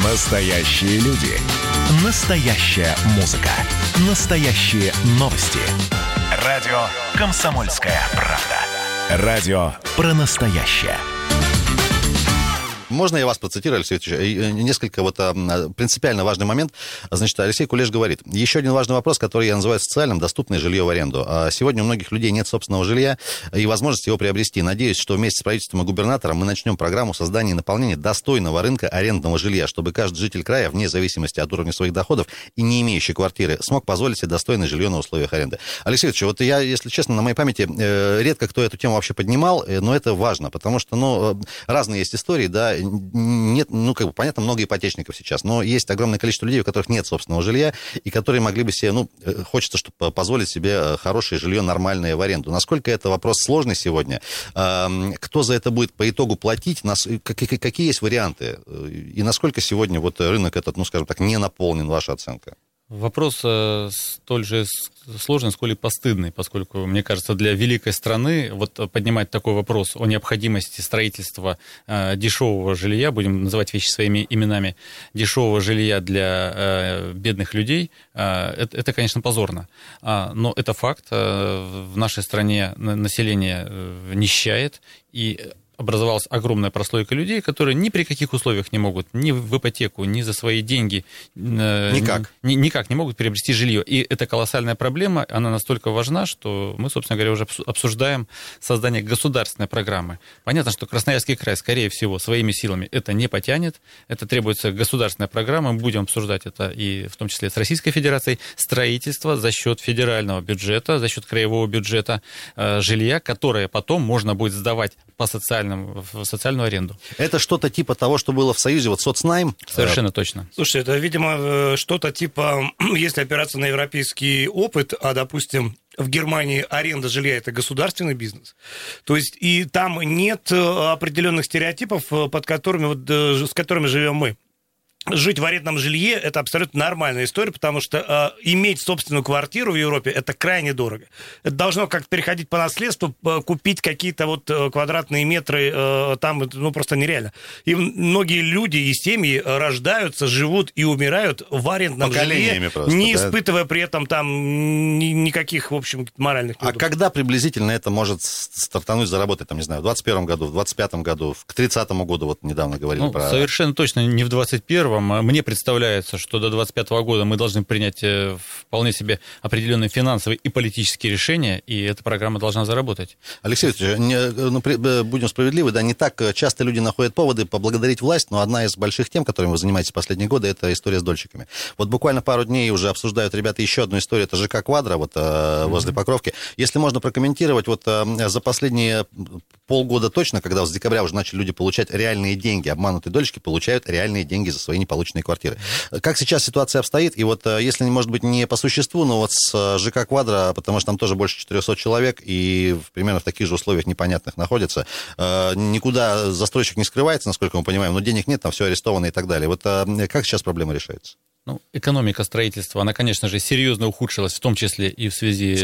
Настоящие люди. Настоящая музыка. Настоящие новости. Радио «Комсомольская правда». Радио про настоящее. Можно я вас процитирую, Алексей Алексеевич? Несколько принципиально важный момент. Значит, Алексей Кулеш говорит. Еще один важный вопрос, который я называю социальным, доступное жилье в аренду. Сегодня у многих людей нет собственного жилья и возможности его приобрести. Надеюсь, что вместе с правительством и губернатором мы начнем программу создания и наполнения достойного рынка арендного жилья, чтобы каждый житель края, вне зависимости от уровня своих доходов и не имеющий квартиры, смог позволить себе достойное жилье на условиях аренды. Алексей Алексеевич, я, если честно, на моей памяти редко кто эту тему вообще поднимал, но это важно, потому что, разные есть истории, да, нет, понятно, много ипотечников сейчас, но есть огромное количество людей, у которых нет собственного жилья, и которые могли бы себе, хочется, чтобы позволить себе хорошее жилье нормальное в аренду. Насколько это вопрос сложный сегодня? Кто за это будет по итогу платить? Какие есть варианты? И насколько сегодня рынок этот, скажем так, не наполнен, ваша оценка? Вопрос столь же сложный, сколь и постыдный, поскольку, мне кажется, для великой страны поднимать такой вопрос о необходимости строительства дешевого жилья, будем называть вещи своими именами, дешевого жилья для бедных людей, это, конечно, позорно. Но это факт. В нашей стране население нищает, и образовалась огромная прослойка людей, которые ни при каких условиях не могут ни в ипотеку, ни за свои деньги никак не могут приобрести жилье. И это колоссальная проблема, она настолько важна, что мы, собственно говоря, уже обсуждаем создание государственной программы. Понятно, что Красноярский край, скорее всего, своими силами это не потянет, это требуется государственная программа, мы будем обсуждать это и в том числе с Российской Федерацией, строительство за счет федерального бюджета, за счет краевого бюджета жилья, которое потом можно будет сдавать в социальную аренду. Это что-то типа того, что было в Союзе, соцнайм? Совершенно точно. Слушай, это, видимо, что-то типа, если опираться на европейский опыт, допустим, в Германии аренда жилья – это государственный бизнес. То есть и там нет определенных стереотипов, с которыми живем мы. Жить в арендном жилье – это абсолютно нормальная история, потому что иметь собственную квартиру в Европе – это крайне дорого. Это должно как-то переходить по наследству, купить какие-то квадратные метры, там просто нереально. И многие люди и семьи рождаются, живут и умирают в арендном жилье, не испытывая при этом там никаких, в общем, моральных неудобств. А когда приблизительно это может стартануть, заработать, в 2021 году, в 2025 году, к 2030 году, недавно говорили про... Совершенно точно не в 2021. Мне представляется, что до 2025 года мы должны принять вполне себе определенные финансовые и политические решения, и эта программа должна заработать. Алексей Алексеевич, будем справедливы, не так часто люди находят поводы поблагодарить власть, но одна из больших тем, которыми вы занимаетесь в последние годы, это история с дольщиками. Буквально пару дней уже обсуждают ребята еще одну историю, это ЖК «Квадро» возле Покровки. Если можно прокомментировать, за последние полгода точно, когда с декабря уже начали люди получать реальные деньги, обманутые дольщики получают реальные деньги за свои неполученные квартиры. Как сейчас ситуация обстоит? И если, может быть, не по существу, но с ЖК «Квадро», потому что там тоже больше 400 человек, и примерно в таких же условиях непонятных находятся, никуда застройщик не скрывается, насколько мы понимаем, но денег нет, там все арестовано и так далее. Как сейчас проблема решается? Экономика строительства, она, конечно же, серьезно ухудшилась, в том числе и в связи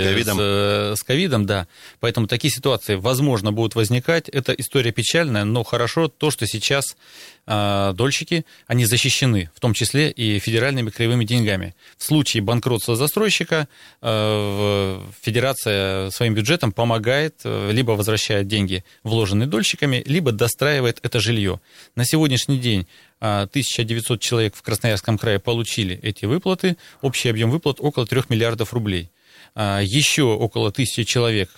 с ковидом, да. Поэтому такие ситуации, возможно, будут возникать. Это история печальная, но хорошо то, что сейчас дольщики, они защищены, в том числе и федеральными краевыми деньгами. В случае банкротства застройщика федерация своим бюджетом помогает, либо возвращает деньги, вложенные дольщиками, либо достраивает это жилье. На сегодняшний день 1900 человек в Красноярском крае получили эти выплаты. Общий объем выплат около 3 миллиардов рублей. Еще около 1000 человек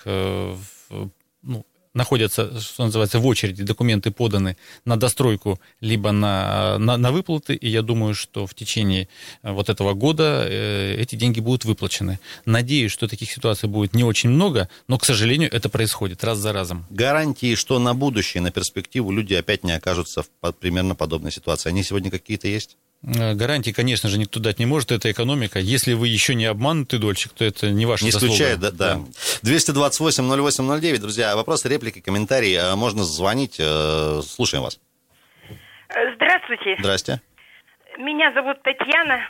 находятся, что называется, в очереди, документы поданы на достройку, либо на выплаты, и я думаю, что в течение этого года эти деньги будут выплачены. Надеюсь, что таких ситуаций будет не очень много, но, к сожалению, это происходит раз за разом. Гарантии, что на будущее, на перспективу люди опять не окажутся в примерно подобной ситуации, они сегодня какие-то есть? Гарантии, конечно же, никто дать не может, это экономика. Если вы еще не обманутый дольщик, то это не ваша заслуга. Не исключает, да. 228-08-09, друзья, вопросы, реплики, комментарии, можно звонить, слушаем вас. Здравствуйте. Здрасте. Меня зовут Татьяна.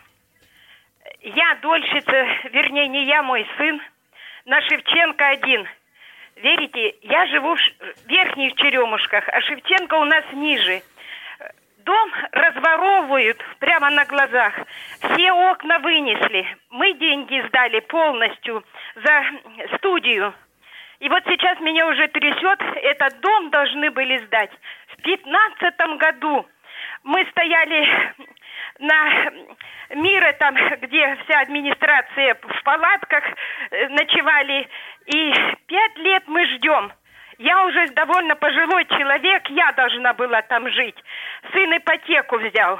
Я дольщица, вернее, не я, мой сын, на Шевченко 1. Верите, я живу в Верхних Черемушках, а Шевченко у нас ниже. Дом обворовывают прямо на глазах. Все окна вынесли. Мы деньги сдали полностью за студию. И вот сейчас меня уже трясет. Этот дом должны были сдать в 2015 году. Мы стояли на Мира, там, где вся администрация в палатках ночевали. И 5 лет мы ждем. Я уже довольно пожилой человек, я должна была там жить. Сын ипотеку взял.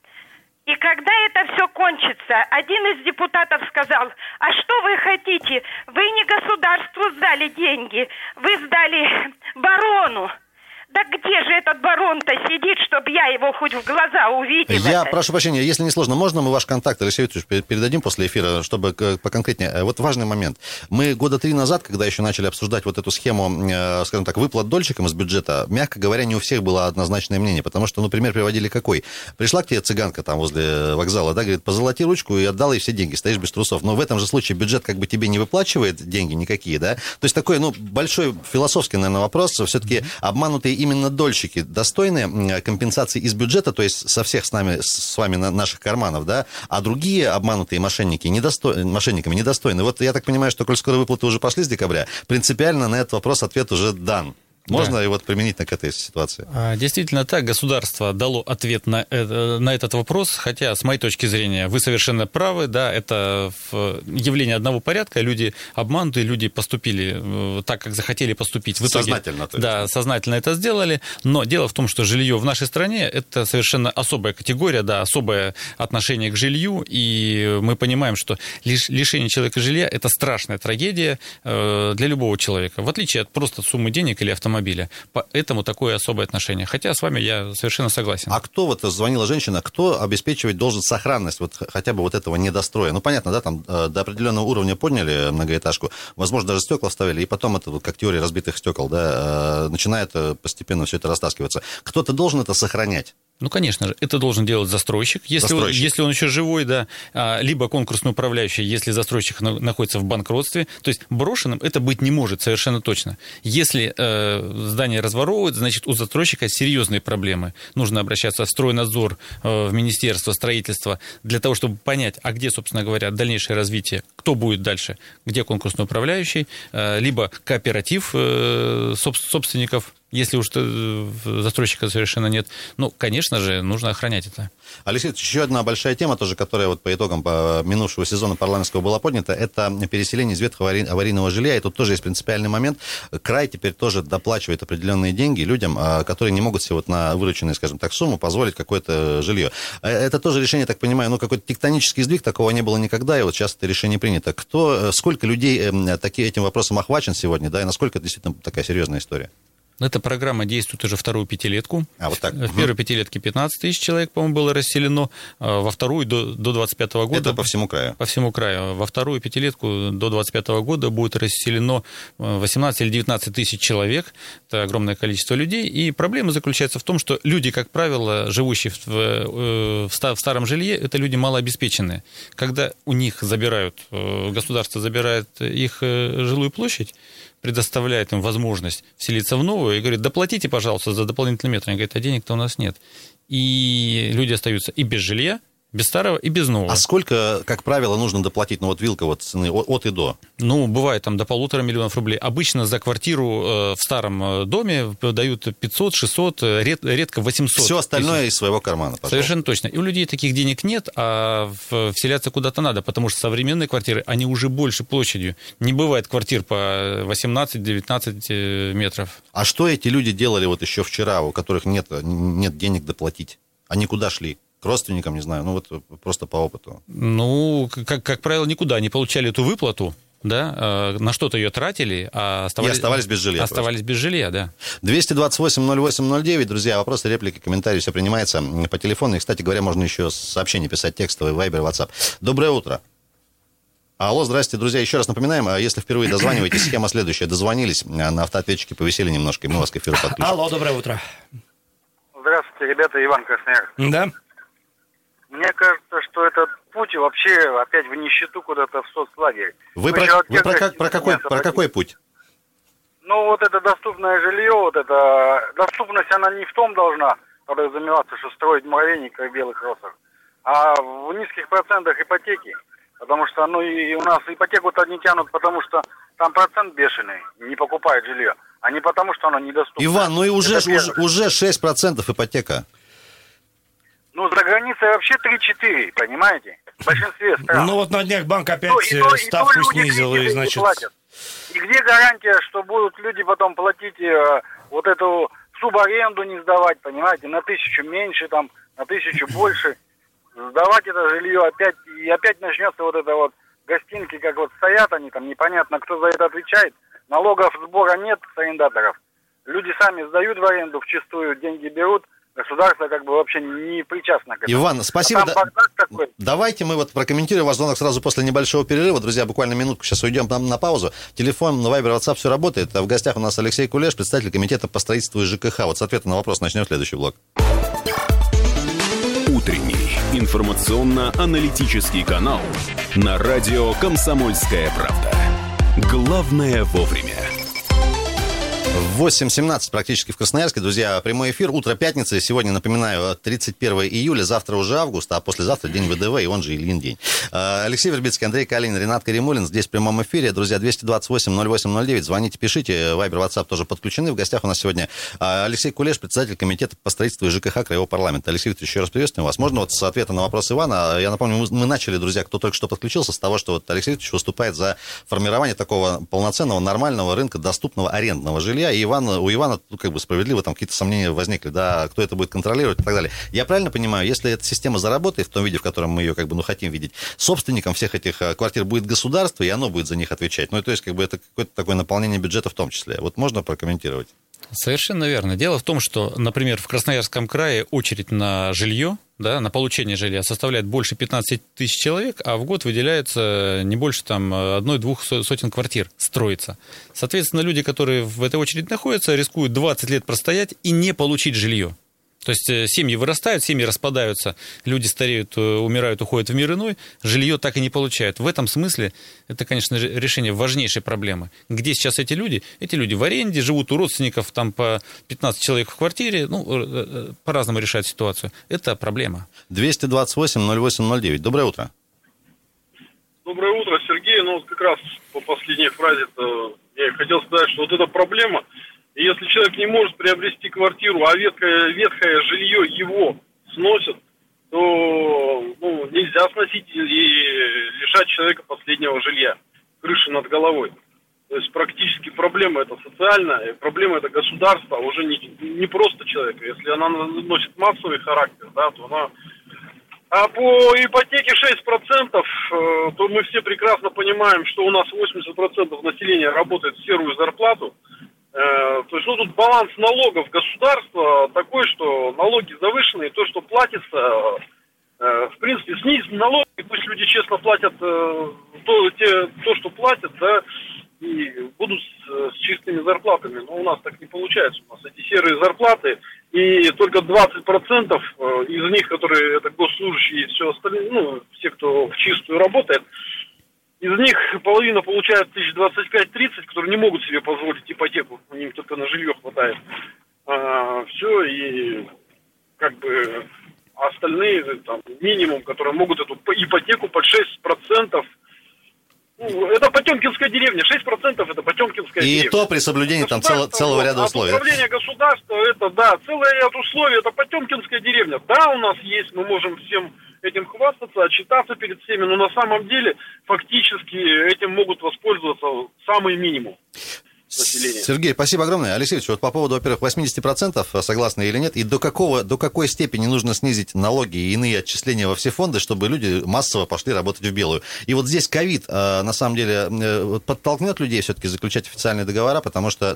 И когда это все кончится, один из депутатов сказал: а что вы хотите? Вы не государству сдали деньги, вы сдали барону. Да где же этот барон-то сидит, чтобы я его хоть в глаза увидела? Я прошу прощения, если не сложно, можно мы ваш контакт, Алексей Викторович, передадим после эфира, чтобы поконкретнее? Вот важный момент. Мы 3 года назад, когда еще начали обсуждать вот эту схему, скажем так, выплат дольщикам из бюджета, мягко говоря, не у всех было однозначное мнение, потому что, например, приводили какой? Пришла к тебе цыганка там возле вокзала, да, говорит, позолоти ручку и отдала ей все деньги, стоишь без трусов. Но в этом же случае бюджет как бы тебе не выплачивает деньги никакие, да? То есть такой, большой философский, наверное, вопрос. Все-таки обманутые именно дольщики достойны компенсации из бюджета, то есть со всех с вами наших карманов, да, а другие обманутые мошенниками недостойны. Вот я так понимаю, что, коль скоро выплаты уже пошли с декабря, принципиально на этот вопрос ответ уже дан. Можно и вот применительно к этой ситуации? Действительно так, государство дало ответ на этот вопрос, хотя, с моей точки зрения, вы совершенно правы, да, это явление одного порядка, люди обманутые, люди поступили так, как захотели поступить. В итоге, сознательно. Да, сознательно это сделали, но дело в том, что жилье в нашей стране – это совершенно особая категория, да, особое отношение к жилью, и мы понимаем, что лишение человека жилья – это страшная трагедия для любого человека, в отличие от просто суммы денег или автомобиля. Поэтому такое особое отношение. Хотя с вами я совершенно согласен. А кто, вот звонила женщина, кто обеспечивать должен сохранность вот хотя бы вот этого недостроя? Ну, понятно, да, там до определенного уровня подняли многоэтажку, возможно, даже стекла вставили, и потом это, как теория разбитых стекол, да, начинает постепенно все это растаскиваться. Кто-то должен это сохранять. Ну, конечно же, это должен делать застройщик, если он еще живой, да, либо конкурсный управляющий, если застройщик находится в банкротстве. То есть брошенным это быть не может совершенно точно. Если здание разворовывают, значит, у застройщика серьезные проблемы. Нужно обращаться в стройнадзор, в Министерство строительства, для того, чтобы понять, а где, собственно говоря, дальнейшее развитие, кто будет дальше, где конкурсный управляющий, либо кооператив собственников, если уж застройщика совершенно нет. Ну, конечно же, нужно охранять это. Алексей, еще одна большая тема, тоже, которая вот по итогам минувшего сезона парламентского была поднята, это переселение из ветхого аварийного жилья. И тут тоже есть принципиальный момент. Край теперь тоже доплачивает определенные деньги людям, которые не могут себе вот на вырученную, скажем так, сумму позволить какое-то жилье. Это тоже решение, так понимаю, какой-то тектонический сдвиг, такого не было никогда, и вот сейчас это решение принято. Сколько людей этим вопросом охвачен сегодня, да, и насколько это действительно такая серьезная история? Эта программа действует уже вторую пятилетку. Вот так. В первой пятилетке 15 тысяч человек, по-моему, было расселено. Во вторую до 25 года... Это по всему краю? По всему краю. Во вторую пятилетку до 25 года будет расселено 18 или 19 тысяч человек. Это огромное количество людей. И проблема заключается в том, что люди, как правило, живущие в старом жилье, это люди малообеспеченные. Когда у них государство забирает их жилую площадь, предоставляет им возможность вселиться в новую и говорит, доплатите, пожалуйста, за дополнительный метр. Они говорят, а денег-то у нас нет. И люди остаются и без жилья, без старого и без нового. А сколько, как правило, нужно доплатить, вилка цены от и до? Бывает там до 1,5 миллиона рублей. Обычно за квартиру в старом доме дают 500, 600, редко 800. Все остальное из своего кармана, пожалуйста. Совершенно точно. И у людей таких денег нет, а вселяться куда-то надо, потому что современные квартиры, они уже больше площадью. Не бывает квартир по 18-19 метров. А что эти люди делали вот еще вчера, у которых нет денег доплатить? Они куда шли? К родственникам, не знаю, просто по опыту. Как правило, никуда не получали эту выплату, да, на что-то ее тратили, а оставались без жилья. Оставались без жилья, да. 228-08-09, друзья, вопросы, реплики, комментарии, все принимается по телефону. И, кстати говоря, можно еще сообщения писать текстовые, Viber, WhatsApp. Доброе утро. Алло, здрасте, друзья. Еще раз напоминаем, если впервые дозваниваетесь, схема следующая. Дозвонились, на автоответчике повисели немножко, и мы вас к эфиру подключим. Алло, доброе утро. Здравствуйте, ребята, Иван Красноярск. Да? Мне кажется, что этот путь вообще опять в нищету куда-то в соцлагерь. Вы про какой путь? Это доступное жилье, доступность, она не в том должна подразумеваться, что строить муравейник в Белых Росах. А в низких процентах ипотеки, потому что, и у нас ипотеку-то не тянут, потому что там процент бешеный, не покупают жилье, а не потому, что оно недоступно. Иван, и уже 6% ипотека. За границей вообще 3-4, понимаете? В большинстве стран. На днях банк опять ставку снизил, и, значит... И где гарантия, что будут люди потом платить вот эту субаренду не сдавать, понимаете, на 1000 меньше, там, на 1000 больше, сдавать это жилье опять, и опять начнется вот это вот гостинки, как вот стоят они там, непонятно, кто за это отвечает, налогов сбора нет с арендаторов, люди сами сдают в аренду, вчистую деньги берут, государство как бы вообще не причастно к этому. Иван, спасибо. Давайте мы прокомментируем ваш звонок сразу после небольшого перерыва. Друзья, буквально минутку, сейчас уйдем на паузу. Телефон, Вайбер, WhatsApp, все работает. В гостях у нас Алексей Кулеш, представитель комитета по строительству и ЖКХ. С ответа на вопрос начнем следующий блок. Утренний информационно-аналитический канал на радио «Комсомольская правда». Главное вовремя. 8:17 практически в Красноярске. Друзья, прямой эфир. Утро пятницы. Сегодня, напоминаю, 31 июля. Завтра уже август, а послезавтра день ВДВ, и он же Ильин день. Алексей Вербицкий, Андрей Калинин, Ренат Каримулин. Здесь в прямом эфире. Друзья, 228-08-09. Звоните, пишите. Вайбер, WhatsApp тоже подключены. В гостях у нас сегодня Алексей Кулеш, председатель комитета по строительству и ЖКХ Краевого парламента. Алексей Викторович, еще раз приветствуем вас. Можно с ответа на вопрос Ивана? Я напомню, мы начали, друзья, кто только что подключился, с того, что Алексей Викторович выступает за формирование такого полноценного, нормального рынка доступного арендного жилья. И у Ивана справедливо там какие-то сомнения возникли, да, кто это будет контролировать и так далее. Я правильно понимаю, если эта система заработает в том виде, в котором мы ее хотим видеть, собственником всех этих квартир будет государство, и оно будет за них отвечать. То есть это какое-то такое наполнение бюджета в том числе. Можно прокомментировать? Совершенно верно. Дело в том, что, например, в Красноярском крае очередь на жилье, на получение жилья составляет больше 15 тысяч человек, а в год выделяется не больше 1-2 сотен квартир строится. Соответственно, люди, которые в этой очереди находятся, рискуют 20 лет простоять и не получить жилье. То есть семьи вырастают, семьи распадаются, люди стареют, умирают, уходят в мир иной, жилье так и не получают. В этом смысле это, конечно, решение важнейшей проблемы. Где сейчас эти люди? Эти люди в аренде, живут у родственников там по 15 человек в квартире, по-разному решают ситуацию. Это проблема. 228-08-09. Доброе утро. Доброе утро, Сергей. Как раз по последней фразе я хотел сказать, что вот эта проблема. И если человек не может приобрести квартиру, а ветхое жилье его сносят, то нельзя сносить и лишать человека последнего жилья, крыши над головой. То есть практически проблема это социальная, проблема это государство, а уже не просто человека. Если она носит массовый характер, то она... А по ипотеке 6%, то мы все прекрасно понимаем, что у нас 80% населения работает в серую зарплату. То есть тут баланс налогов государства такой, что налоги завышенные, то, что платится, в принципе, снизить налоги, пусть люди честно платят то, что платят, и будут с чистыми зарплатами. Но у нас так не получается. У нас эти серые зарплаты, и только 20% из них, которые это госслужащие и все остальное, все, кто в чистую работает, из них половина получает 25-30, которые не могут себе позволить ипотеку, у них только на жилье хватает. Все, и остальные, минимум, которые могут эту ипотеку под 6%. Это Потемкинская деревня, 6% это Потемкинская деревня. И то при соблюдении целого ряда условий. Управление государства, это, целый ряд условий, это Потемкинская деревня. У нас есть, мы можем всем этим хвастаться, отчитаться перед всеми, но на самом деле фактически этим могут воспользоваться самый минимум населения. Сергей, спасибо огромное. Алексей Ильич, по поводу, во-первых, 80%, согласны или нет, и до какой степени нужно снизить налоги и иные отчисления во все фонды, чтобы люди массово пошли работать в белую. И вот здесь ковид, на самом деле, подтолкнет людей все-таки заключать официальные договоры, потому что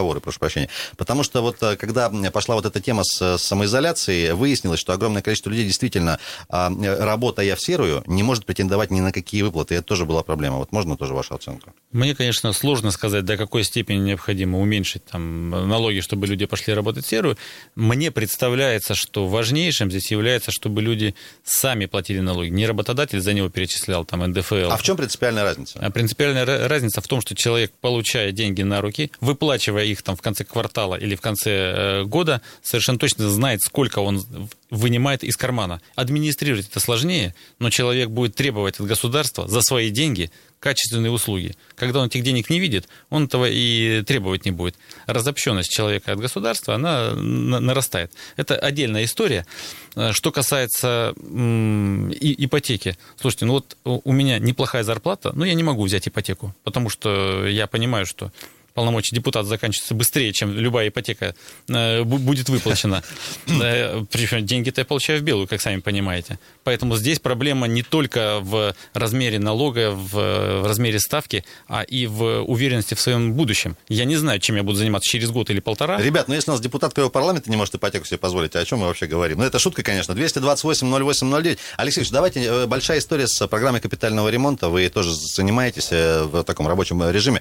когда пошла вот эта тема с самоизоляцией, выяснилось, что огромное количество людей действительно, работая в серую, не может претендовать ни на какие выплаты. И это тоже была проблема. Можно тоже вашу оценку? Мне, конечно, сложно сказать, до какой степени степени необходимо уменьшить там налоги, чтобы люди пошли работать в серую. Мне представляется, что важнейшим здесь является, чтобы люди сами платили налоги. Не работодатель за него перечислял там НДФЛ. А в чем принципиальная разница? Принципиальная разница в том, что человек, получая деньги на руки, выплачивая их там в конце квартала или в конце года, совершенно точно знает, сколько он вынимает из кармана. Администрировать это сложнее, но человек будет требовать от государства за свои деньги качественные услуги. Когда он этих денег не видит, он этого и требовать не будет. Разобщенность человека от государства, она нарастает. Это отдельная история. Что касается ипотеки. Слушайте, ну вот у меня неплохая зарплата, но я не могу взять ипотеку, потому что я понимаю, что полномочия депутата заканчиваются быстрее, чем любая ипотека будет выплачена. Причем деньги-то я получаю в белую, как сами понимаете. Поэтому здесь проблема не только в размере налога, в размере ставки, а и в уверенности в своем будущем. Я не знаю, чем я буду заниматься через год или полтора. Ребят, ну если у нас депутат Краевого парламента не может ипотеку себе позволить, о чем мы вообще говорим? Ну это шутка, конечно. 228-08-09. Алексей, давайте, большая история с программой капитального ремонта. Вы тоже занимаетесь в таком рабочем режиме.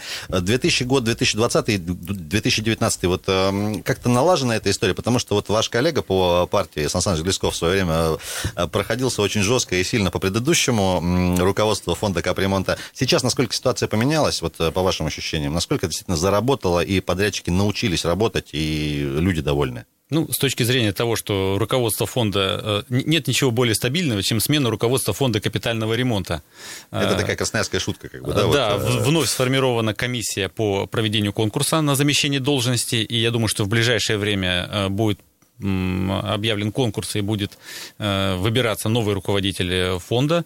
2020-2019, вот как-то налажена эта история, потому что вот ваш коллега по партии Сан Саныч Глесков в свое время проходился очень жестко и сильно по предыдущему руководству фонда капремонта. Сейчас насколько ситуация поменялась, вот по вашим ощущениям? Насколько действительно заработало, и подрядчики научились работать, и люди довольны? Ну, с точки зрения того, что руководство фонда... Нет ничего более стабильного, чем смена руководства фонда капитального ремонта. Это такая красноярская шутка, как бы, да? Да, вот, вновь сформирована комиссия по проведению конкурса на замещение должности, и я думаю, что в ближайшее время будет объявлен конкурс и будет выбираться новый руководитель фонда.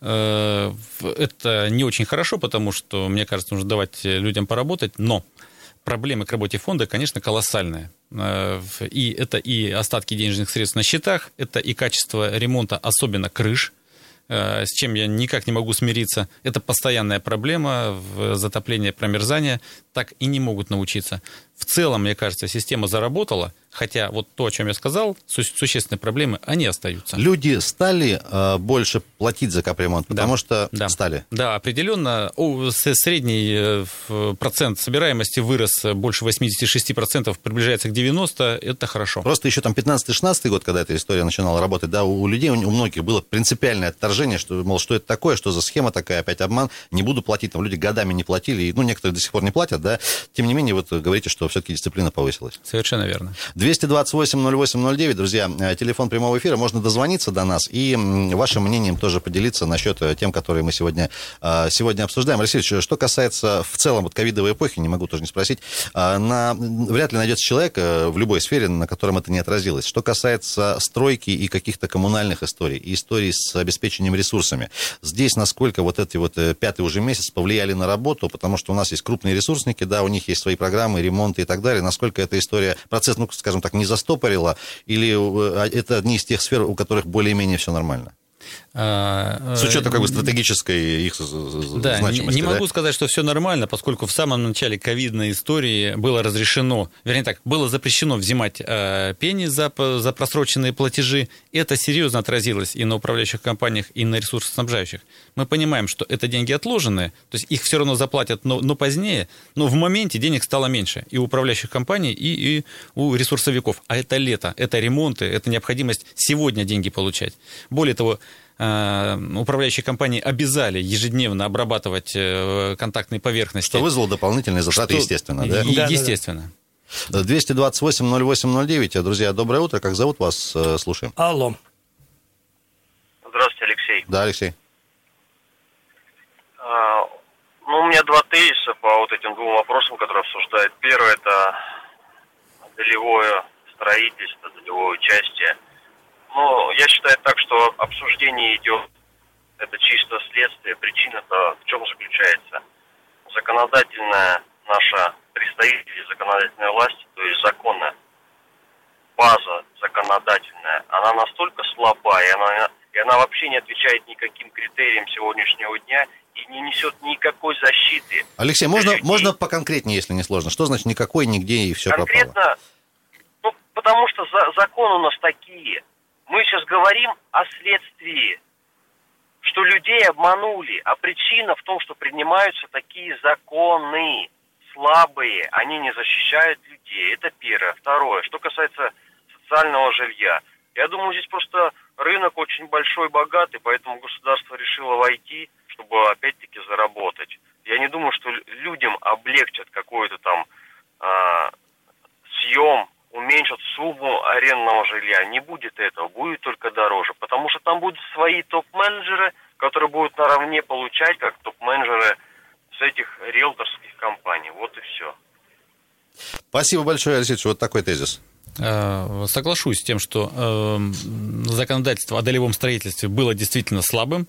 Это не очень хорошо, потому что, мне кажется, нужно давать людям поработать, но проблемы к работе фонда, конечно, колоссальные. И это и остатки денежных средств на счетах, это и качество ремонта, особенно крыш, с чем я никак не могу смириться. Это постоянная проблема, затопление, промерзание, так и не могут научиться. В целом, мне кажется, система заработала, хотя вот то, о чем я сказал, существенные проблемы, они остаются. Люди стали больше платить за капремонт, потому что стали? Да, определенно. Средний процент собираемости вырос больше 86%, приближается к 90%, это хорошо. Просто еще там 15-16 год, когда эта история начинала работать, да, у людей, у многих было принципиальное отторжение, что, мол, что это такое, что за схема такая, опять обман, не буду платить, там люди годами не платили, и, ну, некоторые до сих пор не платят, да, тем не менее, вот говорите, что все-таки дисциплина повысилась. Совершенно верно. 228-08-09, друзья, телефон прямого эфира, можно дозвониться до нас и вашим мнением тоже поделиться насчет тем, которые мы сегодня обсуждаем. Алексей Ильич, что касается в целом вот ковидовой эпохи, не могу тоже не спросить, вряд ли найдется человек в любой сфере, на котором это не отразилось. Что касается стройки и каких-то коммунальных историй, и историй с обеспечением ресурсами, здесь насколько вот эти вот пятый уже месяц повлияли на работу, потому что у нас есть крупные ресурсники, да, у них есть свои программы, ремонты и так далее, насколько эта история, процесс, ну, скажем так, не застопорила, или это одни из тех сфер, у которых более-менее все нормально? С учетом как бы стратегической их значимости. Не могу сказать, что все нормально, поскольку в самом начале ковидной истории было разрешено, вернее так, было запрещено взимать пени за просроченные платежи. Это серьезно отразилось и на управляющих компаниях, и на ресурсоснабжающих. Мы понимаем, что это деньги отложенные, то есть их все равно заплатят, но позднее, но в моменте денег стало меньше и у управляющих компаний, и у ресурсовиков. А это лето, это ремонты, это необходимость сегодня деньги получать. Более того, управляющие компании обязали ежедневно обрабатывать контактные поверхности. Что вызвало дополнительные затраты, естественно, да? Естественно. 228-08-09. Друзья, доброе утро. Как зовут вас? Слушаем. Алло. Здравствуйте, Алексей. Да, Алексей. Ну, у меня два тезиса по вот этим двум вопросам, которые обсуждают. Первое – это долевое строительство, долевое участие. Ну, я считаю так, что обсуждение идет, это чисто следствие, причина-то в чем заключается? Законодательная наша представители законодательной власти, то есть законная база законодательная, она настолько слаба, и она вообще не отвечает никаким критериям сегодняшнего дня и не несет никакой защиты. Алексей, можно поконкретнее, если не сложно? Что значит никакой, нигде и все пропало? Конкретно, ну, потому что законы у нас такие. Мы сейчас говорим о следствии, что людей обманули, а причина в том, что принимаются такие законы слабые, они не защищают людей. Это первое. Второе, что касается социального жилья. Я думаю, здесь просто рынок очень большой, богатый, поэтому государство решило войти, чтобы опять-таки заработать. Я не думаю, что людям облегчат какой-то там съем, уменьшат сумму арендного жилья. Не будет этого, будет только дороже. Потому что там будут свои топ-менеджеры, которые будут наравне получать, как топ-менеджеры с этих риэлторских компаний. Вот и все. Спасибо большое, Алексей Ильич. Вот такой тезис. Соглашусь с тем, что законодательство о долевом строительстве было действительно слабым.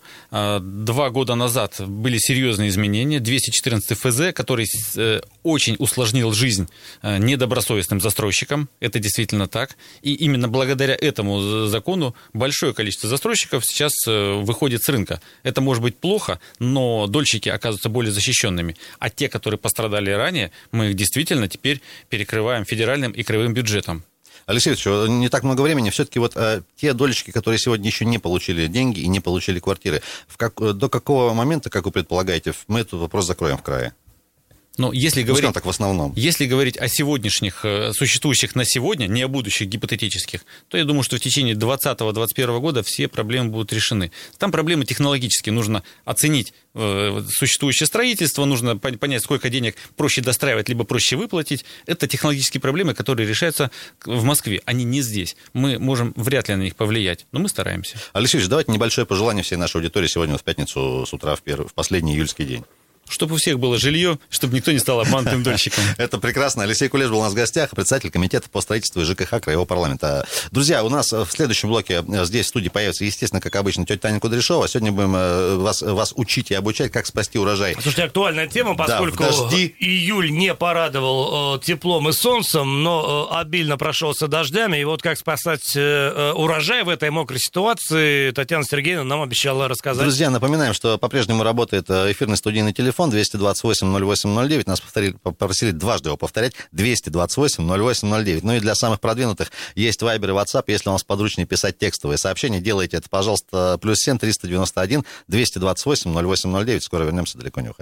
2 года назад были серьезные изменения. 214 ФЗ, который очень усложнил жизнь недобросовестным застройщикам. Это действительно так. И именно благодаря этому закону большое количество застройщиков сейчас выходит с рынка. Это может быть плохо, но дольщики оказываются более защищенными. А те, которые пострадали ранее, мы их действительно теперь перекрываем федеральным и краевым бюджетом. Алексей Ильич, не так много времени. Все-таки вот те дольщики, которые сегодня еще не получили деньги и не получили квартиры, до какого момента, как вы предполагаете, мы этот вопрос закроем в крае? Но если говорить, так в основном. Если говорить о сегодняшних, существующих на сегодня, не о будущих гипотетических, то я думаю, что в течение 2020-2021 года все проблемы будут решены. Там проблемы технологические. Нужно оценить существующее строительство, нужно понять, сколько денег проще достраивать, либо проще выплатить. Это технологические проблемы, которые решаются в Москве, они не здесь. Мы можем вряд ли на них повлиять, но мы стараемся. Алексей Ильич, давайте небольшое пожелание всей нашей аудитории сегодня в пятницу с утра, в последний июльский день. Чтобы у всех было жилье, чтобы никто не стал обманутым дольщиком. Это прекрасно. Алексей Кулеш был у нас в гостях, председатель комитета по строительству и ЖКХ Краевого парламента. Друзья, у нас в следующем блоке здесь в студии появится, естественно, как обычно, тетя Таня Кудряшова. Сегодня будем вас учить и обучать, как спасти урожай. Слушайте, актуальная тема, поскольку июль не порадовал теплом и солнцем, но обильно прошелся дождями. И вот как спасать урожай в этой мокрой ситуации, Татьяна Сергеевна нам обещала рассказать. Друзья, напоминаем, что по-прежнему работает эфирный студийный телефон 228-08-09. Нас попросили дважды его повторять. 228-08-09. Ну и для самых продвинутых есть Вайбер и WhatsApp. Если вам сподручнее писать текстовые сообщения, делайте это, пожалуйста, +7 391 228 08 09. Скоро вернемся, далеко не уходите.